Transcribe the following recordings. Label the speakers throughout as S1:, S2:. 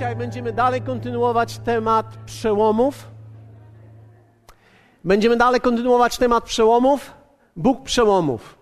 S1: Dzisiaj będziemy dalej kontynuować temat przełomów. Bóg przełomów.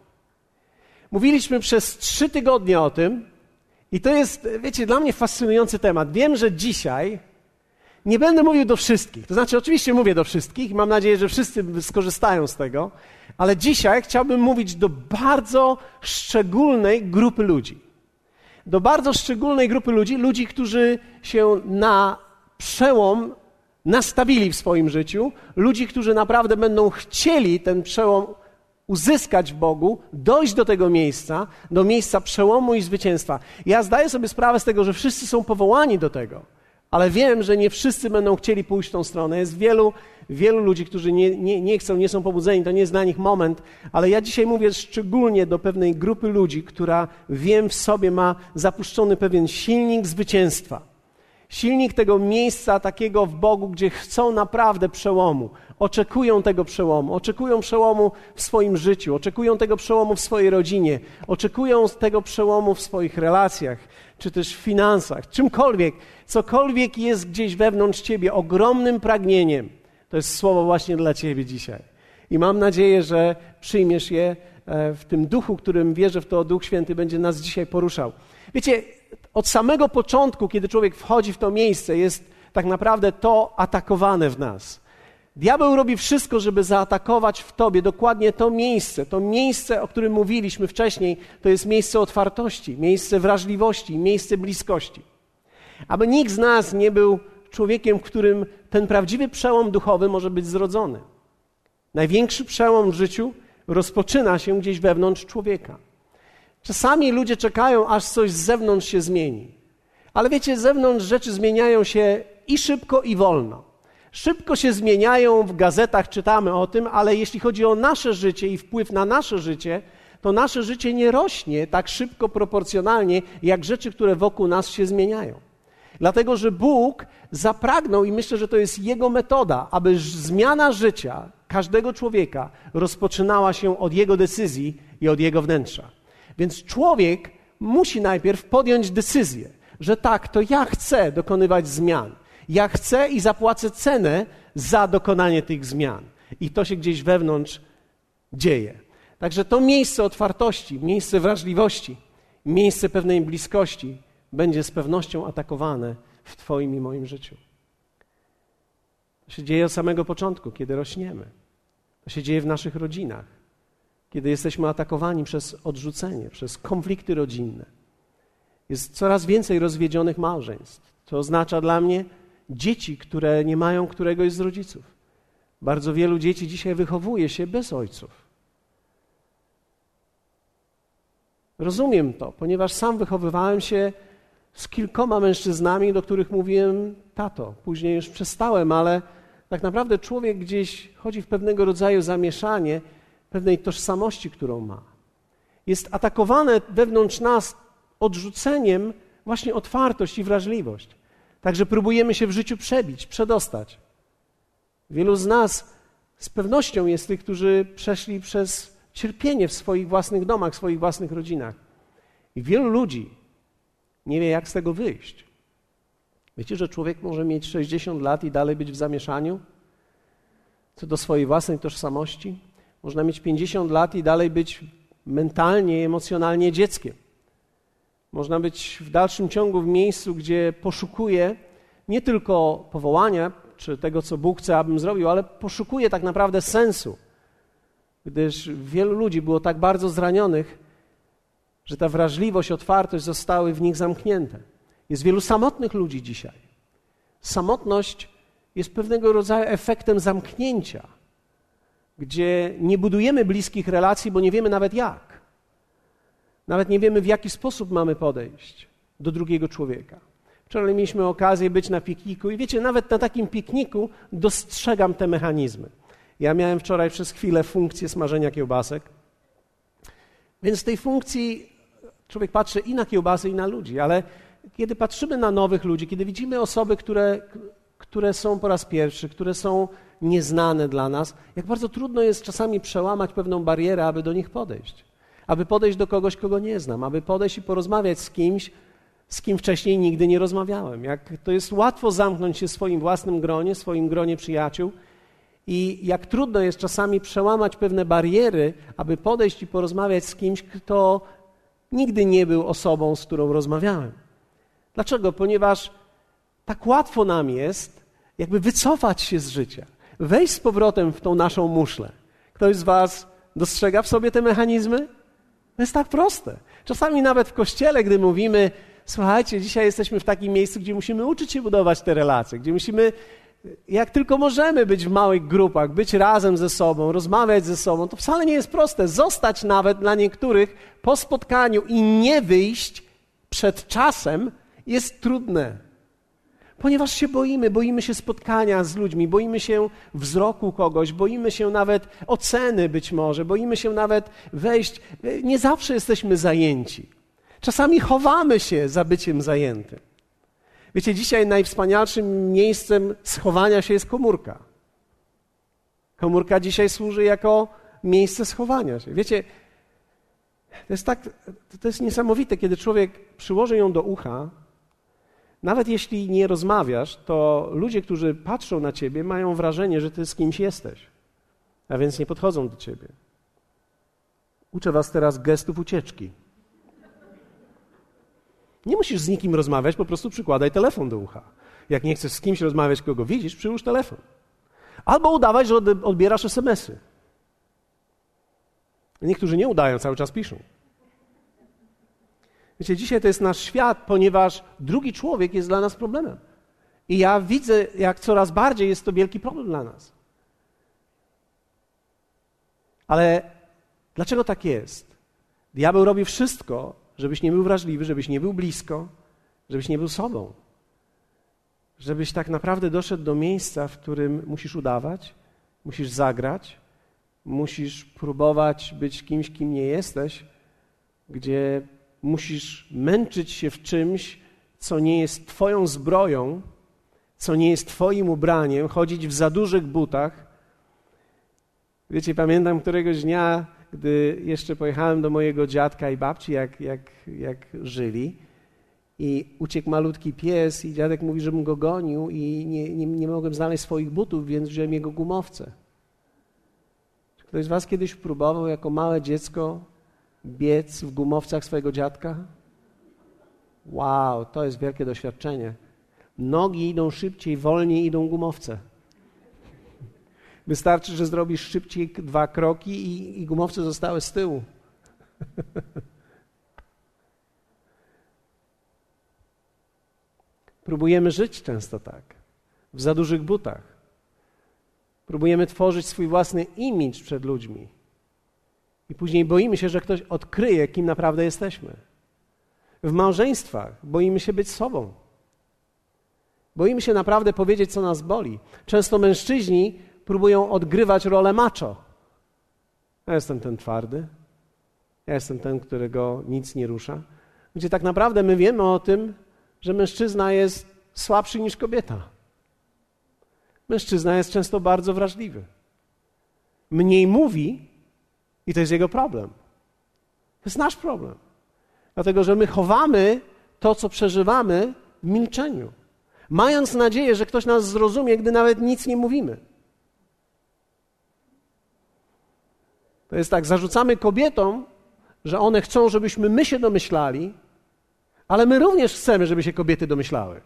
S1: Mówiliśmy przez 3 tygodnie o tym i to jest, wiecie, dla mnie fascynujący temat. Wiem, że dzisiaj nie będę mówił do wszystkich. To znaczy, oczywiście mówię do wszystkich i mam nadzieję, że wszyscy skorzystają z tego, ale dzisiaj chciałbym mówić do bardzo szczególnej grupy ludzi. Do bardzo szczególnej grupy ludzi, którzy się na przełom nastawili w swoim życiu, ludzi, którzy naprawdę będą chcieli ten przełom uzyskać w Bogu, dojść do tego miejsca, do miejsca przełomu i zwycięstwa. Ja zdaję sobie sprawę z tego, że wszyscy są powołani do tego, ale wiem, że nie wszyscy będą chcieli pójść w tą stronę. Jest wielu ludzi, którzy nie chcą, nie są pobudzeni, to nie jest dla nich moment, ale ja dzisiaj mówię szczególnie do pewnej grupy ludzi, która wiem w sobie ma zapuszczony pewien silnik zwycięstwa. Silnik tego miejsca takiego w Bogu, gdzie chcą naprawdę przełomu. Oczekują tego przełomu. Oczekują przełomu w swoim życiu. Oczekują tego przełomu w swojej rodzinie. Oczekują tego przełomu w swoich relacjach, czy też w finansach. Czymkolwiek, cokolwiek jest gdzieś wewnątrz ciebie ogromnym pragnieniem. To jest słowo właśnie dla ciebie dzisiaj. I mam nadzieję, że przyjmiesz je w tym duchu, którym wierzę w to, Duch Święty będzie nas dzisiaj poruszał. Wiecie, od samego początku, kiedy człowiek wchodzi w to miejsce, jest tak naprawdę to atakowane w nas. Diabeł robi wszystko, żeby zaatakować w tobie dokładnie to miejsce, o którym mówiliśmy wcześniej, to jest miejsce otwartości, miejsce wrażliwości, miejsce bliskości. Aby nikt z nas nie był człowiekiem, w którym ten prawdziwy przełom duchowy może być zrodzony. Największy przełom w życiu rozpoczyna się gdzieś wewnątrz człowieka. Czasami ludzie czekają, aż coś z zewnątrz się zmieni. Ale wiecie, z zewnątrz rzeczy zmieniają się i szybko, i wolno. Szybko się zmieniają, w gazetach czytamy o tym, ale jeśli chodzi o nasze życie i wpływ na nasze życie, to nasze życie nie rośnie tak szybko proporcjonalnie, jak rzeczy, które wokół nas się zmieniają. Dlatego, że Bóg zapragnął i myślę, że to jest Jego metoda, aby zmiana życia każdego człowieka rozpoczynała się od Jego decyzji i od Jego wnętrza. Więc człowiek musi najpierw podjąć decyzję, że tak, to ja chcę dokonywać zmian. Ja chcę i zapłacę cenę za dokonanie tych zmian. I to się gdzieś wewnątrz dzieje. Także to miejsce otwartości, miejsce wrażliwości, miejsce pewnej bliskości będzie z pewnością atakowane w twoim i moim życiu. To się dzieje od samego początku, kiedy rośniemy. To się dzieje w naszych rodzinach, kiedy jesteśmy atakowani przez odrzucenie, przez konflikty rodzinne. Jest coraz więcej rozwiedzionych małżeństw. To oznacza dla mnie dzieci, które nie mają któregoś z rodziców. Bardzo wielu dzieci dzisiaj wychowuje się bez ojców. Rozumiem to, ponieważ sam wychowywałem się z kilkoma mężczyznami, do których mówiłem tato. Później już przestałem, ale tak naprawdę człowiek gdzieś chodzi w pewnego rodzaju zamieszanie pewnej tożsamości, którą ma. Jest atakowane wewnątrz nas odrzuceniem właśnie otwartość i wrażliwość. Także próbujemy się w życiu przebić, przedostać. Wielu z nas z pewnością jest tych, którzy przeszli przez cierpienie w swoich własnych domach, w swoich własnych rodzinach. I wielu ludzi nie wie, jak z tego wyjść. Wiecie, że człowiek może mieć 60 lat i dalej być w zamieszaniu co do swojej własnej tożsamości? Można mieć 50 lat i dalej być mentalnie, emocjonalnie dzieckiem. Można być w dalszym ciągu w miejscu, gdzie poszukuje nie tylko powołania, czy tego, co Bóg chce, abym zrobił, ale poszukuje tak naprawdę sensu. Gdyż wielu ludzi było tak bardzo zranionych, że ta wrażliwość, otwartość zostały w nich zamknięte. Jest wielu samotnych ludzi dzisiaj. Samotność jest pewnego rodzaju efektem zamknięcia, gdzie nie budujemy bliskich relacji, bo nie wiemy nawet jak. Nawet nie wiemy, w jaki sposób mamy podejść do drugiego człowieka. Wczoraj mieliśmy okazję być na pikniku i wiecie, nawet na takim pikniku dostrzegam te mechanizmy. Ja miałem wczoraj przez chwilę funkcję smażenia kiełbasek, więc z tej funkcji człowiek patrzy i na kiełbasy, i na ludzi, ale kiedy patrzymy na nowych ludzi, kiedy widzimy osoby, które są po raz pierwszy, które są nieznane dla nas, jak bardzo trudno jest czasami przełamać pewną barierę, aby do nich podejść. Aby podejść do kogoś, kogo nie znam, aby podejść i porozmawiać z kimś, z kim wcześniej nigdy nie rozmawiałem. Jak to jest łatwo zamknąć się w swoim własnym gronie, w swoim gronie przyjaciół i jak trudno jest czasami przełamać pewne bariery, aby podejść i porozmawiać z kimś, kto nigdy nie był osobą, z którą rozmawiałem. Dlaczego? Ponieważ tak łatwo nam jest jakby wycofać się z życia, wejść z powrotem w tą naszą muszlę. Ktoś z was dostrzega w sobie te mechanizmy? To jest tak proste. Czasami nawet w kościele, gdy mówimy, słuchajcie, dzisiaj jesteśmy w takim miejscu, gdzie musimy uczyć się budować te relacje, gdzie musimy, jak tylko możemy, być w małych grupach, być razem ze sobą, rozmawiać ze sobą. To wcale nie jest proste. Zostać nawet dla niektórych po spotkaniu i nie wyjść przed czasem jest trudne. Ponieważ się boimy się spotkania z ludźmi, boimy się wzroku kogoś, boimy się nawet oceny być może, boimy się nawet wejść. Nie zawsze jesteśmy zajęci. Czasami chowamy się za byciem zajętym. Wiecie, dzisiaj najwspanialszym miejscem schowania się jest komórka. Komórka dzisiaj służy jako miejsce schowania się. Wiecie, to jest niesamowite, kiedy człowiek przyłoży ją do ucha. Nawet jeśli nie rozmawiasz, to ludzie, którzy patrzą na ciebie, mają wrażenie, że ty z kimś jesteś, a więc nie podchodzą do ciebie. Uczę was teraz gestów ucieczki. Nie musisz z nikim rozmawiać, po prostu przykładaj telefon do ucha. Jak nie chcesz z kimś rozmawiać, kogo widzisz, przyłóż telefon. Albo udawaj, że odbierasz SMS-y. Niektórzy nie udają, cały czas piszą. Wiecie, dzisiaj to jest nasz świat, ponieważ drugi człowiek jest dla nas problemem. I ja widzę, jak coraz bardziej jest to wielki problem dla nas. Ale dlaczego tak jest? Diabeł robi wszystko, żebyś nie był wrażliwy, żebyś nie był blisko, żebyś nie był sobą. Żebyś tak naprawdę doszedł do miejsca, w którym musisz udawać, musisz zagrać, musisz próbować być kimś, kim nie jesteś, gdzie musisz męczyć się w czymś, co nie jest twoją zbroją, co nie jest twoim ubraniem, chodzić w za dużych butach. Wiecie, pamiętam któregoś dnia, gdy jeszcze pojechałem do mojego dziadka i babci, jak żyli, i uciekł malutki pies i dziadek mówi, żebym go gonił i nie mogłem znaleźć swoich butów, więc wziąłem jego gumowce. Czy ktoś z was kiedyś próbował jako małe dziecko biec w gumowcach swojego dziadka? Wow, to jest wielkie doświadczenie. Nogi idą szybciej, wolniej idą gumowce. Wystarczy, że zrobisz szybciej 2 kroki i gumowce zostały z tyłu. Próbujemy żyć często tak, w za dużych butach. Próbujemy tworzyć swój własny imidż przed ludźmi. I później boimy się, że ktoś odkryje, kim naprawdę jesteśmy. W małżeństwach boimy się być sobą. Boimy się naprawdę powiedzieć, co nas boli. Często mężczyźni próbują odgrywać rolę macho. Ja jestem ten twardy. Ja jestem ten, którego nic nie rusza. Gdzie tak naprawdę my wiemy o tym, że mężczyzna jest słabszy niż kobieta. Mężczyzna jest często bardzo wrażliwy. Mniej mówi i to jest jego problem. To jest nasz problem. Dlatego, że my chowamy to, co przeżywamy w milczeniu. Mając nadzieję, że ktoś nas zrozumie, gdy nawet nic nie mówimy. To jest tak, zarzucamy kobietom, że one chcą, żebyśmy my się domyślali, ale my również chcemy, żeby się kobiety domyślały.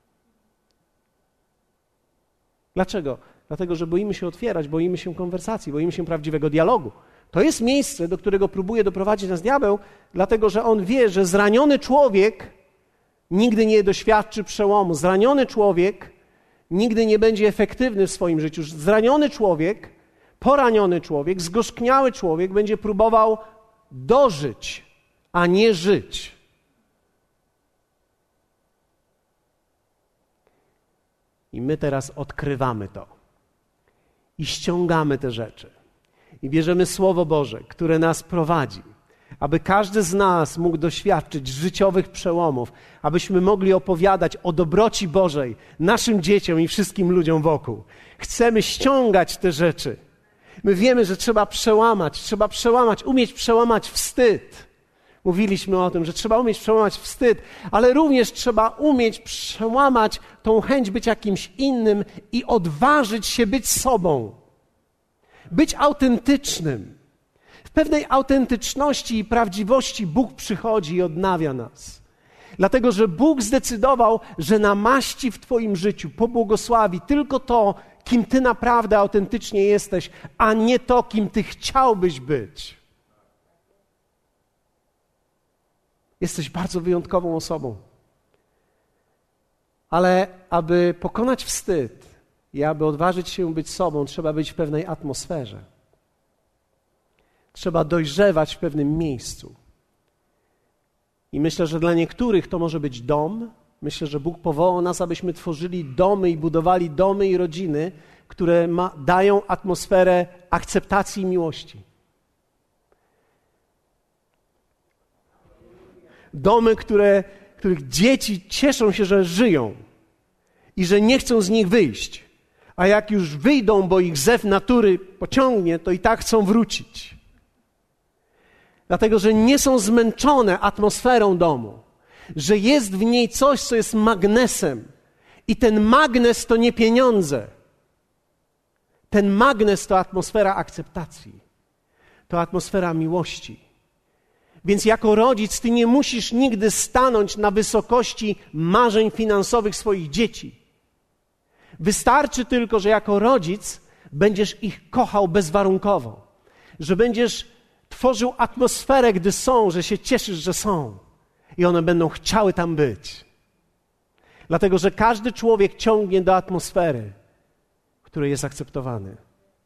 S1: Dlaczego? Dlatego, że boimy się otwierać, boimy się konwersacji, boimy się prawdziwego dialogu. To jest miejsce, do którego próbuje doprowadzić nas diabeł, dlatego, że on wie, że zraniony człowiek nigdy nie doświadczy przełomu. Zraniony człowiek nigdy nie będzie efektywny w swoim życiu. Zraniony człowiek, poraniony człowiek, zgorzkniały człowiek będzie próbował dożyć, a nie żyć. I my teraz odkrywamy to. I ściągamy te rzeczy. I bierzemy Słowo Boże, które nas prowadzi, aby każdy z nas mógł doświadczyć życiowych przełomów, abyśmy mogli opowiadać o dobroci Bożej naszym dzieciom i wszystkim ludziom wokół. Chcemy ściągać te rzeczy. My wiemy, że trzeba przełamać, umieć przełamać wstyd. Mówiliśmy o tym, że trzeba umieć przełamać wstyd, ale również trzeba umieć przełamać tą chęć bycia kimś innym i odważyć się być sobą. Być autentycznym. W pewnej autentyczności i prawdziwości Bóg przychodzi i odnawia nas. Dlatego, że Bóg zdecydował, że namaści w twoim życiu, pobłogosławi tylko to, kim ty naprawdę autentycznie jesteś, a nie to, kim ty chciałbyś być. Jesteś bardzo wyjątkową osobą. Ale aby pokonać wstyd i aby odważyć się być sobą, trzeba być w pewnej atmosferze. Trzeba dojrzewać w pewnym miejscu. I myślę, że dla niektórych to może być dom. Myślę, że Bóg powołał nas, abyśmy tworzyli domy i budowali domy i rodziny, które dają atmosferę akceptacji i miłości. Domy, których dzieci cieszą się, że żyją i że nie chcą z nich wyjść. A jak już wyjdą, bo ich zew natury pociągnie, to i tak chcą wrócić. Dlatego, że nie są zmęczone atmosferą domu. Że jest w niej coś, co jest magnesem. I ten magnes to nie pieniądze. Ten magnes to atmosfera akceptacji. To atmosfera miłości. Więc jako rodzic ty nie musisz nigdy stanąć na wysokości marzeń finansowych swoich dzieci. Wystarczy tylko, że jako rodzic będziesz ich kochał bezwarunkowo. Że będziesz tworzył atmosferę, gdy są, że się cieszysz, że są. I one będą chciały tam być. Dlatego, że każdy człowiek ciągnie do atmosfery, w której jest akceptowany.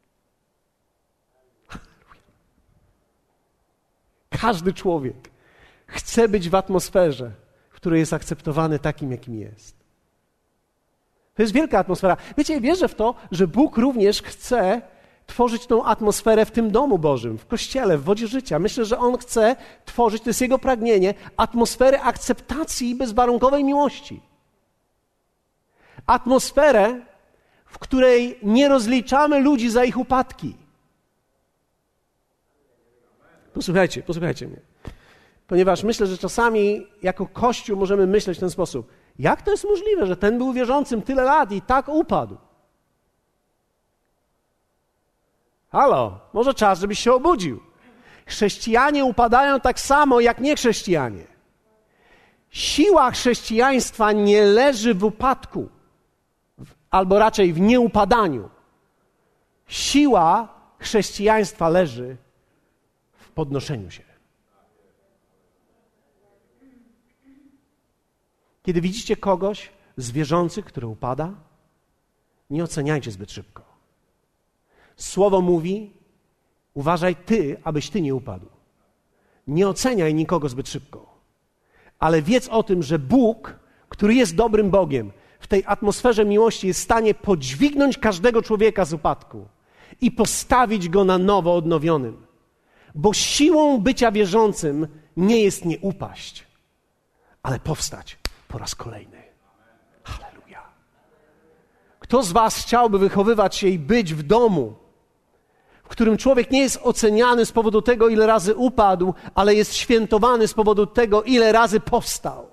S1: Każdy człowiek chce być w atmosferze, w której jest akceptowany takim, jakim jest. To jest wielka atmosfera. Wiecie, wierzę w to, że Bóg również chce tworzyć tą atmosferę w tym domu Bożym, w Kościele, w wodzie życia. Myślę, że On chce tworzyć, to jest Jego pragnienie, atmosferę akceptacji i bezwarunkowej miłości. Atmosferę, w której nie rozliczamy ludzi za ich upadki. Posłuchajcie mnie. Ponieważ myślę, że czasami jako Kościół możemy myśleć w ten sposób. Jak to jest możliwe, że ten był wierzącym tyle lat i tak upadł? Halo, może czas, żebyś się obudził. Chrześcijanie upadają tak samo jak niechrześcijanie. Siła chrześcijaństwa nie leży w upadku, albo raczej w nieupadaniu. Siła chrześcijaństwa leży w podnoszeniu się. Kiedy widzicie kogoś z wierzących, który upada, nie oceniajcie zbyt szybko. Słowo mówi, uważaj ty, abyś ty nie upadł. Nie oceniaj nikogo zbyt szybko. Ale wiedz o tym, że Bóg, który jest dobrym Bogiem, w tej atmosferze miłości jest w stanie podźwignąć każdego człowieka z upadku i postawić go na nowo odnowionym. Bo siłą bycia wierzącym nie jest nie upaść, ale powstać po raz kolejny. Halleluja. Kto z was chciałby wychowywać się i być w domu, w którym człowiek nie jest oceniany z powodu tego, ile razy upadł, ale jest świętowany z powodu tego, ile razy powstał?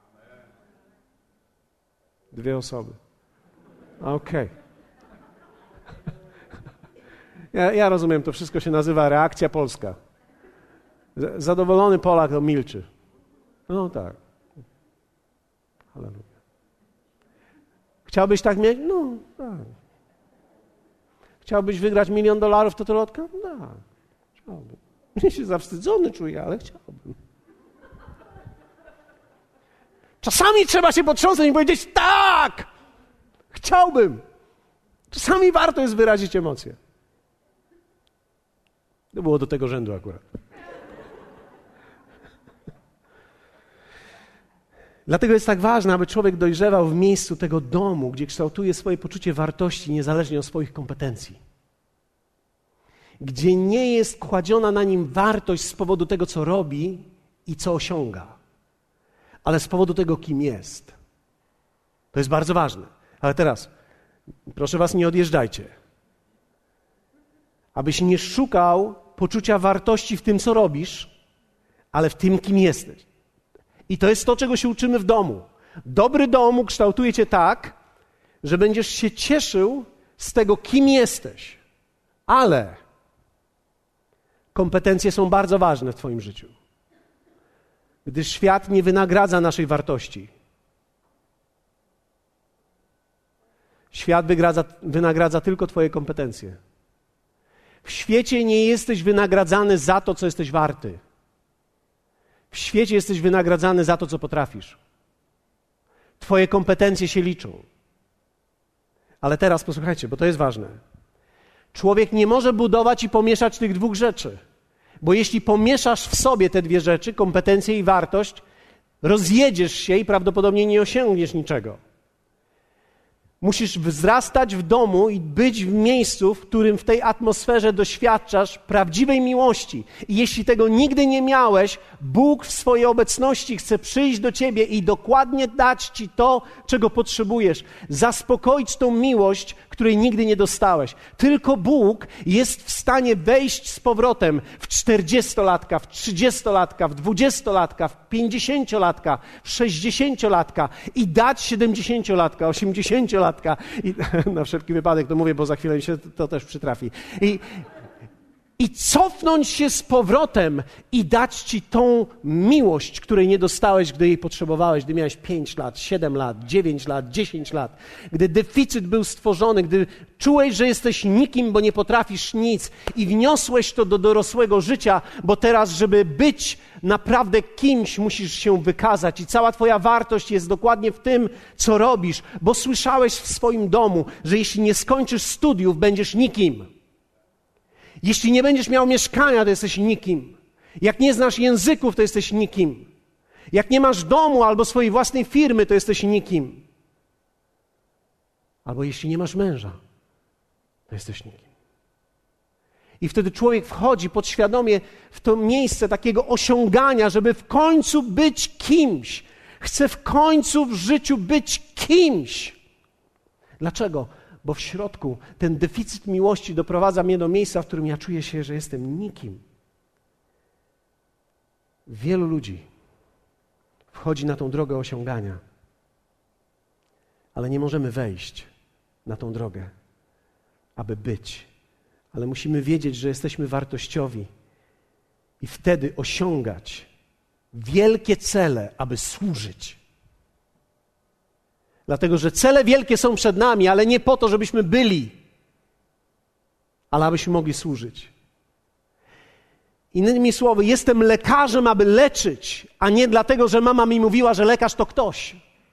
S1: 2 osoby. Okej. Ja rozumiem, to wszystko się nazywa reakcja polska. Zadowolony Polak to milczy. No tak. Halleluja. Chciałbyś tak mieć? No tak. Chciałbyś wygrać $1 milion w totolotka? Tak. Chciałbym. Mnie się zawstydzony czuję, ale chciałbym. Czasami trzeba się potrząsnąć i powiedzieć tak! Chciałbym. Czasami warto jest wyrazić emocje. To było do tego rzędu akurat. Dlatego jest tak ważne, aby człowiek dojrzewał w miejscu tego domu, gdzie kształtuje swoje poczucie wartości niezależnie od swoich kompetencji. Gdzie nie jest kładziona na nim wartość z powodu tego, co robi i co osiąga, ale z powodu tego, kim jest. To jest bardzo ważne. Ale teraz, proszę was, nie odjeżdżajcie. Abyś nie szukał poczucia wartości w tym, co robisz, ale w tym, kim jesteś. I to jest to, czego się uczymy w domu. Dobry dom kształtuje cię tak, że będziesz się cieszył z tego, kim jesteś. Ale kompetencje są bardzo ważne w twoim życiu. Gdyż świat nie wynagradza naszej wartości. Świat wynagradza tylko twoje kompetencje. W świecie nie jesteś wynagradzany za to, co jesteś warty. W świecie jesteś wynagradzany za to, co potrafisz. Twoje kompetencje się liczą. Ale teraz posłuchajcie, bo to jest ważne. Człowiek nie może budować i pomieszać tych dwóch rzeczy. Bo jeśli pomieszasz w sobie te dwie rzeczy, kompetencje i wartość, rozjedziesz się i prawdopodobnie nie osiągniesz niczego. Musisz wzrastać w domu i być w miejscu, w którym w tej atmosferze doświadczasz prawdziwej miłości. I jeśli tego nigdy nie miałeś, Bóg w swojej obecności chce przyjść do ciebie i dokładnie dać ci to, czego potrzebujesz. Zaspokoić tą miłość, której nigdy nie dostałeś. Tylko Bóg jest w stanie wejść z powrotem w 40-latka, w 30-latka, w 20-latka, w 50-latka, w 60-latka i dać 70-latka, 80-latka. I na wszelki wypadek to mówię, bo za chwilę mi się to też przytrafi. I cofnąć się z powrotem i dać ci tą miłość, której nie dostałeś, gdy jej potrzebowałeś, gdy miałeś 5 lat, 7 lat, 9 lat, 10 lat. Gdy deficyt był stworzony, gdy czułeś, że jesteś nikim, bo nie potrafisz nic i wniosłeś to do dorosłego życia, bo teraz, żeby być naprawdę kimś, musisz się wykazać i cała twoja wartość jest dokładnie w tym, co robisz, bo słyszałeś w swoim domu, że jeśli nie skończysz studiów, będziesz nikim. Jeśli nie będziesz miał mieszkania, to jesteś nikim. Jak nie znasz języków, to jesteś nikim. Jak nie masz domu albo swojej własnej firmy, to jesteś nikim. Albo jeśli nie masz męża, to jesteś nikim. I wtedy człowiek wchodzi podświadomie w to miejsce takiego osiągania, żeby w końcu być kimś. Chce w końcu w życiu być kimś. Dlaczego? Bo w środku ten deficyt miłości doprowadza mnie do miejsca, w którym ja czuję się, że jestem nikim. Wielu ludzi wchodzi na tą drogę osiągania, ale nie możemy wejść na tą drogę, aby być. Ale musimy wiedzieć, że jesteśmy wartościowi i wtedy osiągać wielkie cele, aby służyć. Dlatego, że cele wielkie są przed nami, ale nie po to, żebyśmy byli, ale abyśmy mogli służyć. Innymi słowy, jestem lekarzem, aby leczyć, a nie dlatego, że mama mi mówiła, że lekarz to ktoś.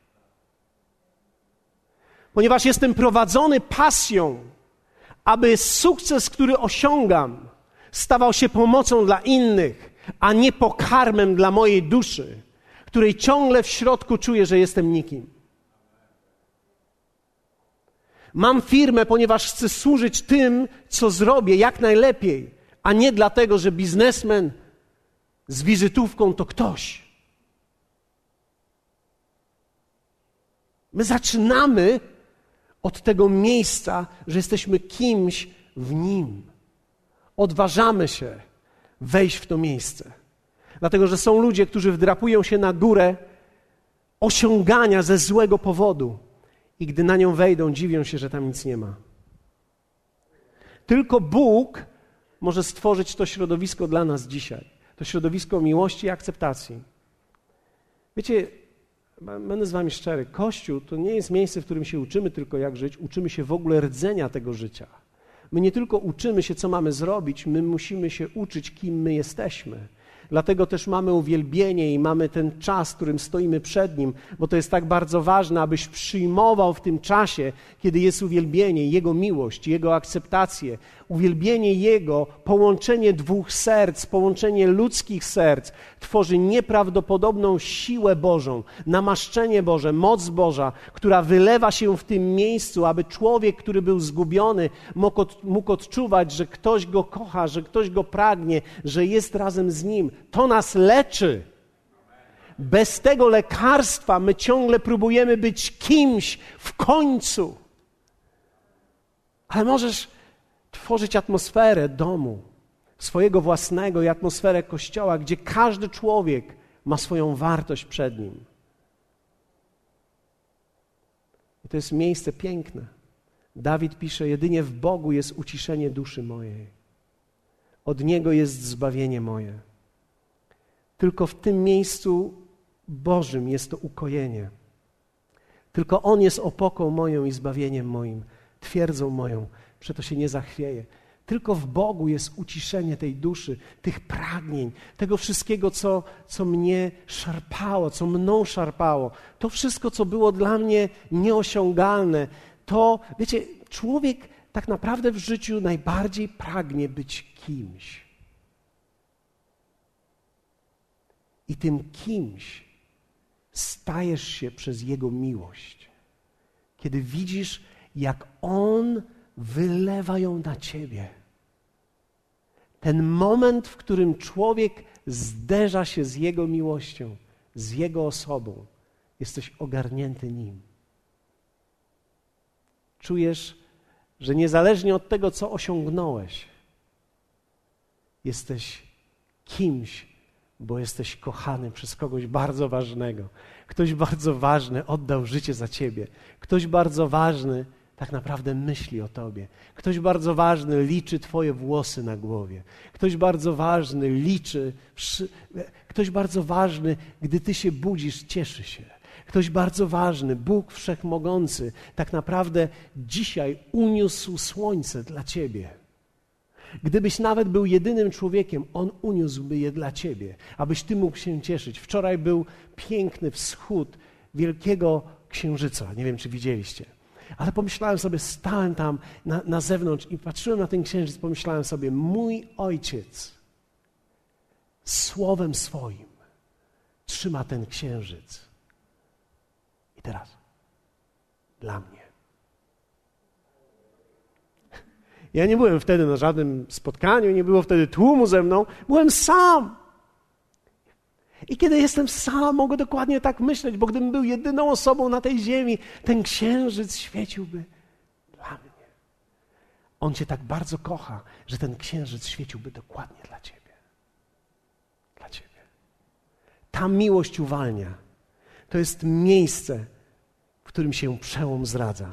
S1: Ponieważ jestem prowadzony pasją, aby sukces, który osiągam, stawał się pomocą dla innych, a nie pokarmem dla mojej duszy, której ciągle w środku czuję, że jestem nikim. Mam firmę, ponieważ chcę służyć tym, co zrobię jak najlepiej, a nie dlatego, że biznesmen z wizytówką to ktoś. My zaczynamy od tego miejsca, że jesteśmy kimś w Nim. Odważamy się wejść w to miejsce. Dlatego, że są ludzie, którzy wdrapują się na górę osiągania ze złego powodu. I gdy na nią wejdą, dziwią się, że tam nic nie ma. Tylko Bóg może stworzyć to środowisko dla nas dzisiaj. To środowisko miłości i akceptacji. Wiecie, będę z wami szczery, Kościół to nie jest miejsce, w którym się uczymy tylko jak żyć, uczymy się w ogóle rdzenia tego życia. My nie tylko uczymy się, co mamy zrobić, my musimy się uczyć, kim my jesteśmy. Dlatego też mamy uwielbienie i mamy ten czas, w którym stoimy przed Nim, bo to jest tak bardzo ważne, abyś przyjmował w tym czasie, kiedy jest uwielbienie, Jego miłość, Jego akceptację, uwielbienie Jego, połączenie dwóch serc, połączenie ludzkich serc tworzy nieprawdopodobną siłę Bożą, namaszczenie Boże, moc Boża, która wylewa się w tym miejscu, aby człowiek, który był zgubiony, mógł odczuwać, że ktoś go kocha, że ktoś go pragnie, że jest razem z nim. To nas leczy. Bez tego lekarstwa my ciągle próbujemy być kimś w końcu. Ale możesz tworzyć atmosferę domu, swojego własnego i atmosferę Kościoła, gdzie każdy człowiek ma swoją wartość przed Nim. I to jest miejsce piękne. Dawid pisze, jedynie w Bogu jest uciszenie duszy mojej. Od Niego jest zbawienie moje. Tylko w tym miejscu Bożym jest to ukojenie. Tylko On jest opoką moją i zbawieniem moim, twierdzą moją, przeto się nie zachwieję. Tylko w Bogu jest uciszenie tej duszy, tych pragnień, tego wszystkiego, co mnie szarpało, co mną szarpało. To wszystko, co było dla mnie nieosiągalne. To, wiecie, człowiek tak naprawdę w życiu najbardziej pragnie być kimś. I tym kimś stajesz się przez Jego miłość. Kiedy widzisz, jak On wylewa ją na ciebie. Ten moment, w którym człowiek zderza się z Jego miłością, z Jego osobą, jesteś ogarnięty Nim. Czujesz, że niezależnie od tego, co osiągnąłeś, jesteś kimś, bo jesteś kochany przez kogoś bardzo ważnego. Ktoś bardzo ważny oddał życie za ciebie. Ktoś bardzo ważny tak naprawdę myśli o tobie. Ktoś bardzo ważny liczy twoje włosy na głowie. Ktoś bardzo ważny ktoś bardzo ważny, gdy ty się budzisz, cieszy się. Ktoś bardzo ważny, Bóg Wszechmogący, tak naprawdę dzisiaj uniósł słońce dla ciebie. Gdybyś nawet był jedynym człowiekiem, On uniósłby je dla ciebie, abyś ty mógł się cieszyć. Wczoraj był piękny wschód wielkiego księżyca. Nie wiem, czy widzieliście. Ale pomyślałem sobie, stałem tam na zewnątrz i patrzyłem na ten księżyc, pomyślałem sobie, mój Ojciec słowem swoim trzyma ten księżyc. I teraz dla mnie. Ja nie byłem wtedy na żadnym spotkaniu, nie było wtedy tłumu ze mną, byłem sam. I kiedy jestem sam, mogę dokładnie tak myśleć, bo gdybym był jedyną osobą na tej ziemi, ten księżyc świeciłby dla mnie. On Cię tak bardzo kocha, że ten księżyc świeciłby dokładnie dla Ciebie. Dla Ciebie. Ta miłość uwalnia. To jest miejsce, w którym się przełom zradza.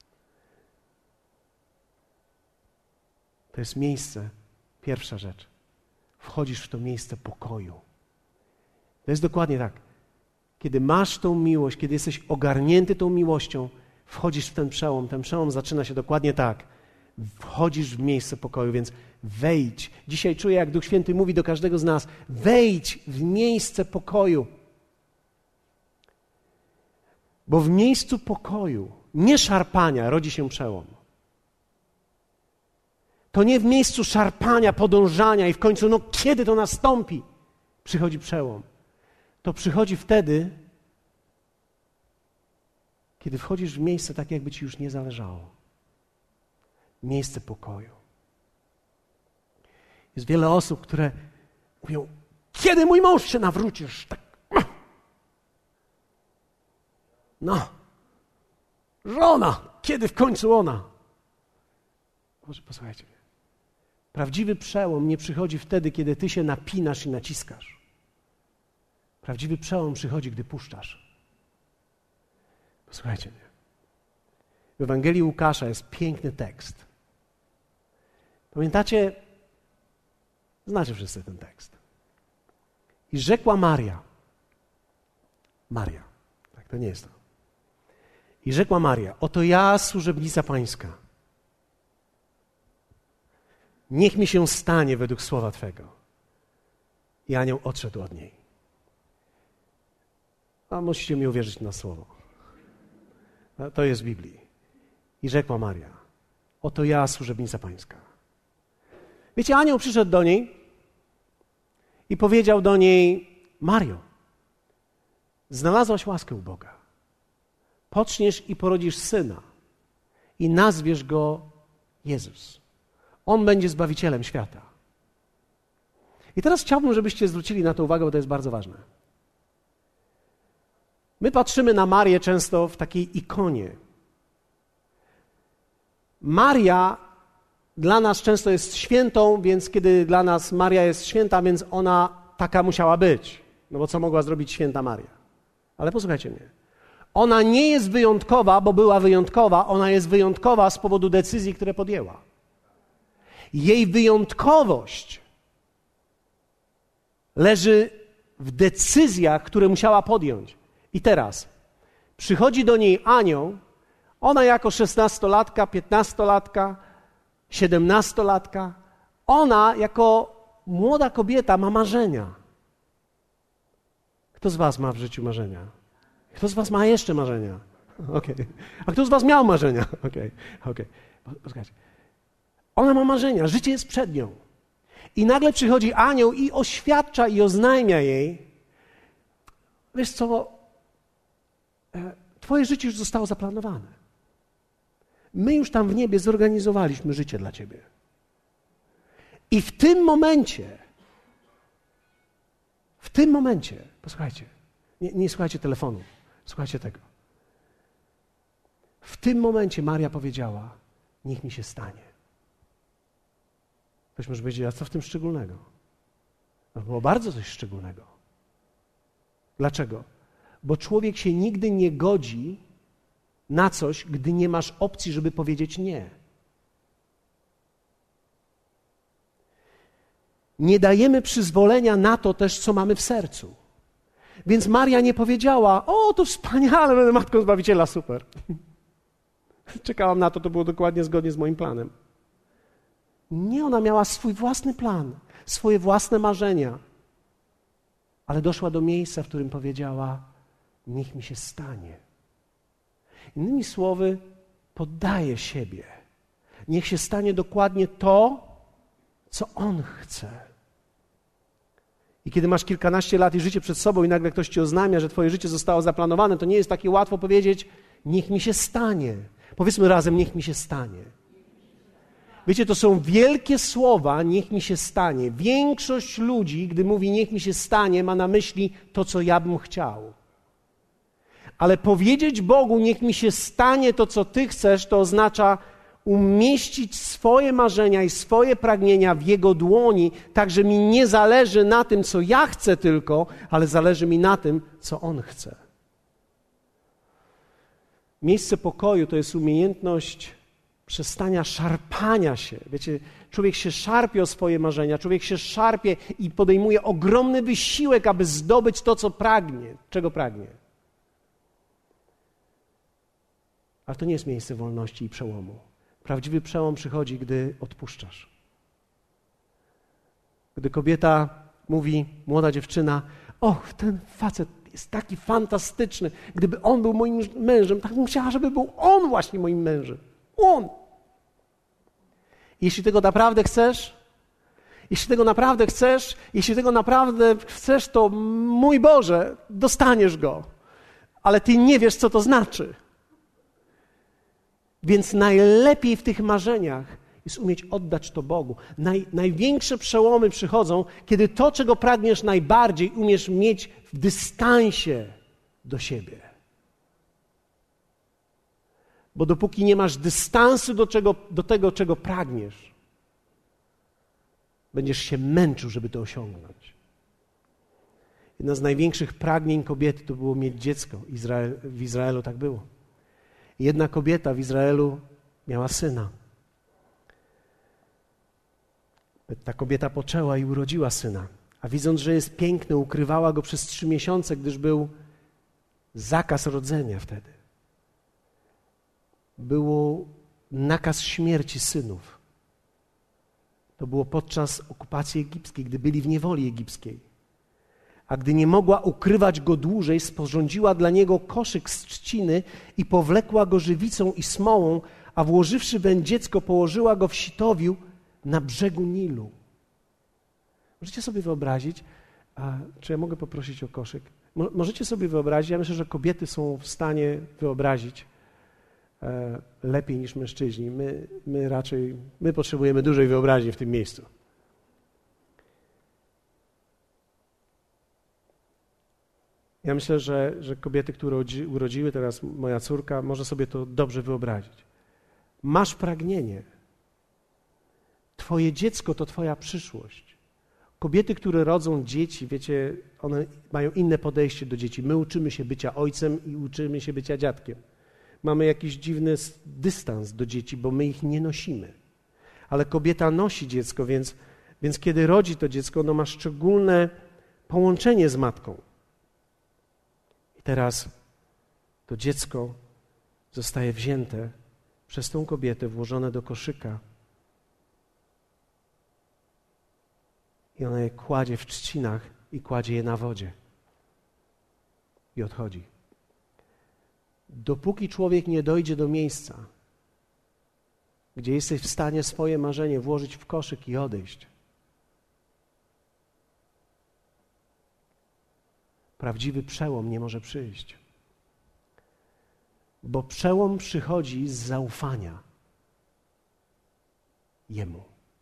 S1: To jest miejsce, pierwsza rzecz. Wchodzisz w to miejsce pokoju. To jest dokładnie tak. Kiedy masz tą miłość, kiedy jesteś ogarnięty tą miłością, wchodzisz w ten przełom zaczyna się dokładnie tak. Wchodzisz w miejsce pokoju, więc wejdź. Dzisiaj czuję, jak Duch Święty mówi do każdego z nas, wejdź w miejsce pokoju. Bo w miejscu pokoju, nie szarpania, rodzi się przełom. To nie w miejscu szarpania, podążania i w końcu, kiedy to nastąpi, przychodzi przełom. To przychodzi wtedy, kiedy wchodzisz w miejsce tak, jakby ci już nie zależało. Miejsce pokoju. Jest wiele osób, które mówią, kiedy mój mąż się nawrócisz? Tak. Żona, kiedy w końcu ona? Może posłuchajcie mnie. Prawdziwy przełom nie przychodzi wtedy, kiedy ty się napinasz i naciskasz. Prawdziwy przełom przychodzi, gdy puszczasz. Posłuchajcie mnie. W Ewangelii Łukasza jest piękny tekst. Pamiętacie? Znacie wszyscy ten tekst. I rzekła Maria. Tak, to nie jest to. I rzekła Maria, oto ja, służebnica Pańska. Niech mi się stanie według słowa Twego. I anioł odszedł od niej. A musicie mi uwierzyć na słowo. To jest w Biblii. I rzekła Maria, oto ja, służebnica Pańska. Wiecie, anioł przyszedł do niej i powiedział do niej, Mario, znalazłaś łaskę u Boga. Poczniesz i porodzisz syna i nazwiesz go Jezus. On będzie Zbawicielem świata. I teraz chciałbym, żebyście zwrócili na to uwagę, bo to jest bardzo ważne. My patrzymy na Marię często w takiej ikonie. Maria dla nas często jest świętą, więc kiedy dla nas Maria jest święta, więc ona taka musiała być. No bo co mogła zrobić święta Maria? Ale posłuchajcie mnie. Ona nie jest wyjątkowa, bo była wyjątkowa. Ona jest wyjątkowa z powodu decyzji, które podjęła. Jej wyjątkowość leży w decyzjach, które musiała podjąć. I teraz przychodzi do niej anioł, ona jako 16-latka, 15-latka, 17-latka, ona jako młoda kobieta ma marzenia. Kto z was ma w życiu marzenia? Kto z was ma jeszcze marzenia? Okay. A kto z was miał marzenia? Okej. Posłuchajcie. Ona ma marzenia, życie jest przed nią. I nagle przychodzi anioł i oświadcza i oznajmia jej, wiesz co, twoje życie już zostało zaplanowane. My już tam w niebie zorganizowaliśmy życie dla ciebie. I w tym momencie, posłuchajcie, nie słuchajcie telefonu, słuchajcie tego. W tym momencie Maria powiedziała, niech mi się stanie. Ktoś może powiedzieć, a co w tym szczególnego? No było bardzo coś szczególnego. Dlaczego? Bo człowiek się nigdy nie godzi na coś, gdy nie masz opcji, żeby powiedzieć nie. Nie dajemy przyzwolenia na to też, co mamy w sercu. Więc Maria nie powiedziała, o, to wspaniale, będę Matką Zbawiciela, super. Czekałam na to, to było dokładnie zgodnie z moim planem. Nie, ona miała swój własny plan, swoje własne marzenia. Ale doszła do miejsca, w którym powiedziała, niech mi się stanie. Innymi słowy, poddaje siebie. Niech się stanie dokładnie to, co On chce. I kiedy masz kilkanaście lat i życie przed sobą i nagle ktoś ci oznamia, że twoje życie zostało zaplanowane, to nie jest takie łatwo powiedzieć, niech mi się stanie. Powiedzmy razem, niech mi się stanie. Wiecie, to są wielkie słowa, niech mi się stanie. Większość ludzi, gdy mówi niech mi się stanie, ma na myśli to, co ja bym chciał. Ale powiedzieć Bogu, niech mi się stanie to, co Ty chcesz, to oznacza umieścić swoje marzenia i swoje pragnienia w Jego dłoni, tak, że mi nie zależy na tym, co ja chcę tylko, ale zależy mi na tym, co On chce. Miejsce pokoju to jest umiejętność przestania szarpania się. Wiecie, człowiek się szarpie o swoje marzenia, człowiek się szarpie i podejmuje ogromny wysiłek, aby zdobyć to, co pragnie, czego pragnie. Ale to nie jest miejsce wolności i przełomu. Prawdziwy przełom przychodzi, gdy odpuszczasz. Gdy kobieta mówi, młoda dziewczyna, och, ten facet jest taki fantastyczny. Gdyby on był moim mężem, tak bym chciała, żeby był on właśnie moim mężem. On. Jeśli tego naprawdę chcesz, to mój Boże, dostaniesz go. Ale ty nie wiesz, co to znaczy. Więc najlepiej w tych marzeniach jest umieć oddać to Bogu. Największe przełomy przychodzą, kiedy to, czego pragniesz najbardziej, umiesz mieć w dystansie do siebie. Bo dopóki nie masz dystansu do tego, czego pragniesz, będziesz się męczył, żeby to osiągnąć. Jedna z największych pragnień kobiety to było mieć dziecko. W Izraelu tak było. Jedna kobieta w Izraelu miała syna. Ta kobieta poczęła i urodziła syna. A widząc, że jest piękny, ukrywała go przez 3 miesiące, gdyż był zakaz rodzenia wtedy. Był nakaz śmierci synów. To było podczas okupacji egipskiej, gdy byli w niewoli egipskiej. A gdy nie mogła ukrywać go dłużej, sporządziła dla niego koszyk z trzciny i powlekła go żywicą i smołą, a włożywszy weń dziecko, położyła go w sitowiu na brzegu Nilu. Możecie sobie wyobrazić, czy ja mogę poprosić o koszyk? Możecie sobie wyobrazić, ja myślę, że kobiety są w stanie wyobrazić lepiej niż mężczyźni. My potrzebujemy dużej wyobraźni w tym miejscu. Ja myślę, że kobiety, które urodziły, teraz moja córka, może sobie to dobrze wyobrazić. Masz pragnienie. Twoje dziecko to Twoja przyszłość. Kobiety, które rodzą dzieci, wiecie, one mają inne podejście do dzieci. My uczymy się bycia ojcem i uczymy się bycia dziadkiem. Mamy jakiś dziwny dystans do dzieci, bo my ich nie nosimy. Ale kobieta nosi dziecko, więc kiedy rodzi to dziecko, ono ma szczególne połączenie z matką. I teraz to dziecko zostaje wzięte przez tą kobietę, włożone do koszyka. I ona je kładzie w trzcinach i kładzie je na wodzie. I odchodzi. Dopóki człowiek nie dojdzie do miejsca, gdzie jesteś w stanie swoje marzenie włożyć w koszyk i odejść, prawdziwy przełom nie może przyjść. Bo przełom przychodzi z zaufania Jemu.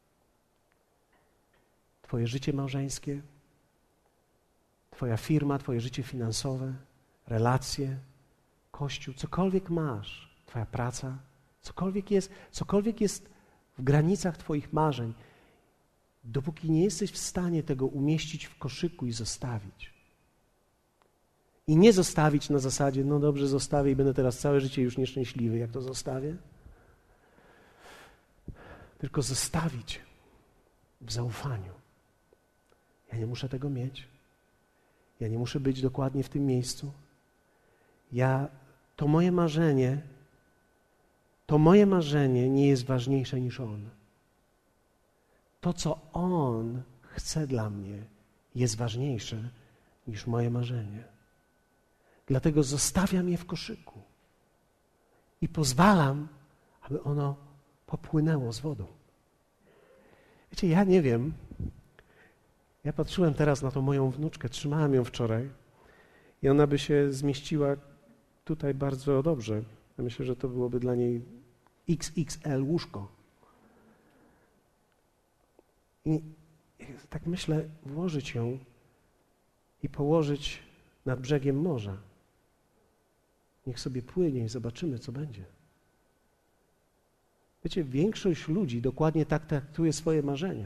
S1: Twoje życie małżeńskie, Twoja firma, Twoje życie finansowe, relacje, Kościół, cokolwiek masz, Twoja praca, cokolwiek jest w granicach Twoich marzeń, dopóki nie jesteś w stanie tego umieścić w koszyku i zostawić. I nie zostawić na zasadzie, no dobrze, zostawię i będę teraz całe życie już nieszczęśliwy, jak to zostawię. Tylko zostawić w zaufaniu. Ja nie muszę tego mieć. Ja nie muszę być dokładnie w tym miejscu. To moje marzenie nie jest ważniejsze niż On. To, co On chce dla mnie, jest ważniejsze niż moje marzenie. Dlatego zostawiam je w koszyku i pozwalam, aby ono popłynęło z wodą. Wiecie, ja nie wiem, ja patrzyłem teraz na tą moją wnuczkę, trzymałem ją wczoraj i ona by się zmieściła tutaj bardzo dobrze. Ja myślę, że to byłoby dla niej XXL łóżko. I tak myślę, włożyć ją i położyć nad brzegiem morza. Niech sobie płynie i zobaczymy, co będzie. Wiecie, większość ludzi dokładnie tak traktuje swoje marzenia.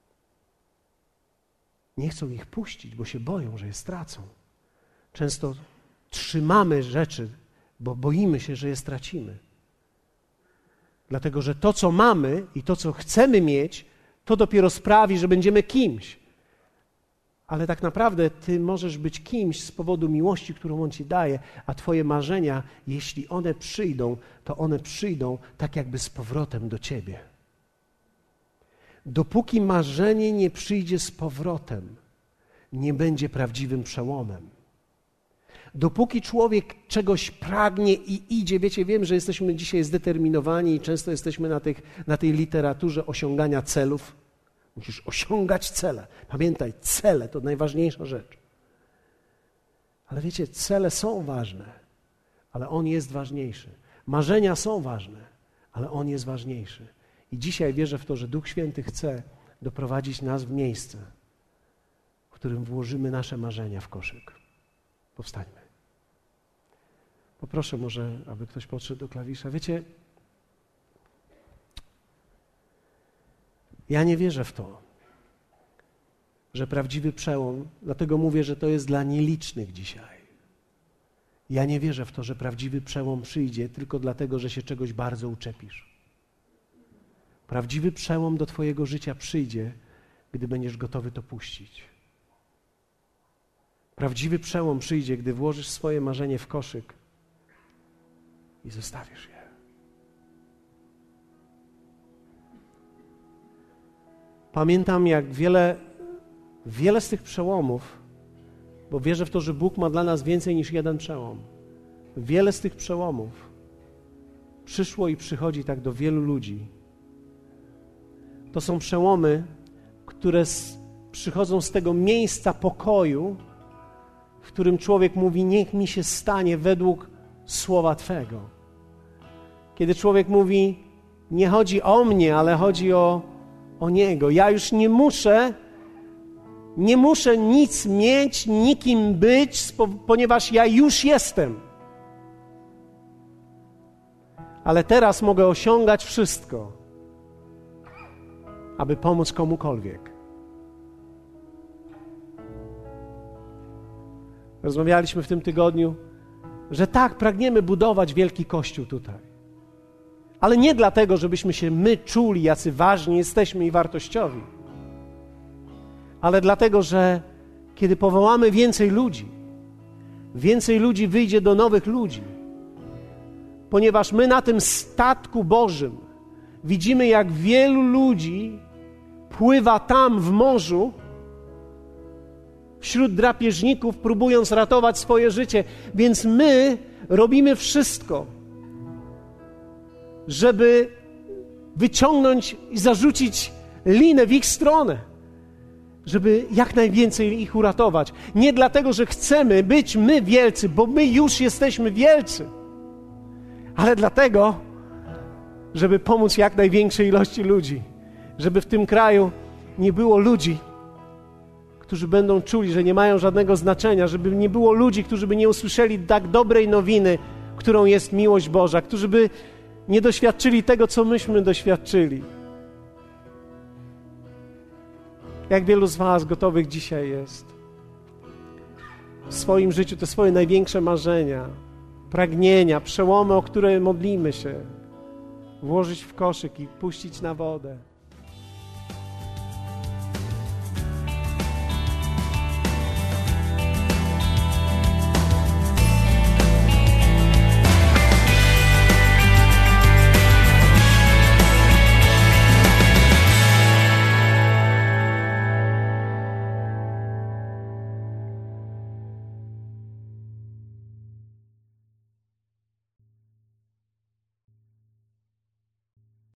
S1: Nie chcą ich puścić, bo się boją, że je stracą. Często trzymamy rzeczy, bo boimy się, że je stracimy. Dlatego, że to, co mamy i to, co chcemy mieć, to dopiero sprawi, że będziemy kimś. Ale tak naprawdę ty możesz być kimś z powodu miłości, którą On ci daje, a twoje marzenia, jeśli one przyjdą, to one przyjdą tak jakby z powrotem do ciebie. Dopóki marzenie nie przyjdzie z powrotem, nie będzie prawdziwym przełomem. Dopóki człowiek czegoś pragnie i idzie, wiecie, wiem, że jesteśmy dzisiaj zdeterminowani i często jesteśmy na tej literaturze osiągania celów. Musisz osiągać cele. Pamiętaj, cele to najważniejsza rzecz. Ale wiecie, cele są ważne, ale On jest ważniejszy. Marzenia są ważne, ale On jest ważniejszy. I dzisiaj wierzę w to, że Duch Święty chce doprowadzić nas w miejsce, w którym włożymy nasze marzenia w koszyk. Powstańmy. Poproszę może, aby ktoś podszedł do klawisza. Wiecie, ja nie wierzę w to, że prawdziwy przełom, dlatego mówię, że to jest dla nielicznych dzisiaj. Ja nie wierzę w to, że prawdziwy przełom przyjdzie tylko dlatego, że się czegoś bardzo uczepisz. Prawdziwy przełom do twojego życia przyjdzie, gdy będziesz gotowy to puścić. Prawdziwy przełom przyjdzie, gdy włożysz swoje marzenie w koszyk i zostawisz je. Pamiętam, jak wiele z tych przełomów, bo wierzę w to, że Bóg ma dla nas więcej niż jeden przełom. Wiele z tych przełomów przyszło i przychodzi tak do wielu ludzi. To są przełomy, które przychodzą z tego miejsca pokoju, w którym człowiek mówi, niech mi się stanie według słowa Twego. Kiedy człowiek mówi, nie chodzi o mnie, ale chodzi o Niego. Ja już nie muszę nic mieć, nikim być, ponieważ ja już jestem. Ale teraz mogę osiągać wszystko. aby pomóc komukolwiek. Rozmawialiśmy w tym tygodniu, że tak, pragniemy budować wielki Kościół tutaj. Ale nie dlatego, żebyśmy się my czuli, jacy ważni jesteśmy i wartościowi, ale dlatego, że kiedy powołamy więcej ludzi wyjdzie do nowych ludzi. Ponieważ my na tym statku Bożym widzimy, jak wielu ludzi pływa tam w morzu wśród drapieżników, próbując ratować swoje życie. Więc my robimy wszystko, żeby wyciągnąć i zarzucić linę w ich stronę, żeby jak najwięcej ich uratować. Nie dlatego, że chcemy być my wielcy, bo my już jesteśmy wielcy, ale dlatego, żeby pomóc jak największej ilości ludzi, żeby w tym kraju nie było ludzi, którzy będą czuli, że nie mają żadnego znaczenia, żeby nie było ludzi, którzy by nie usłyszeli tak dobrej nowiny, którą jest miłość Boża, którzy by nie doświadczyli tego, co myśmy doświadczyli. Jak wielu z was gotowych dzisiaj jest w swoim życiu te swoje największe marzenia, pragnienia, przełomy, o które modlimy się, włożyć w koszyk i puścić na wodę.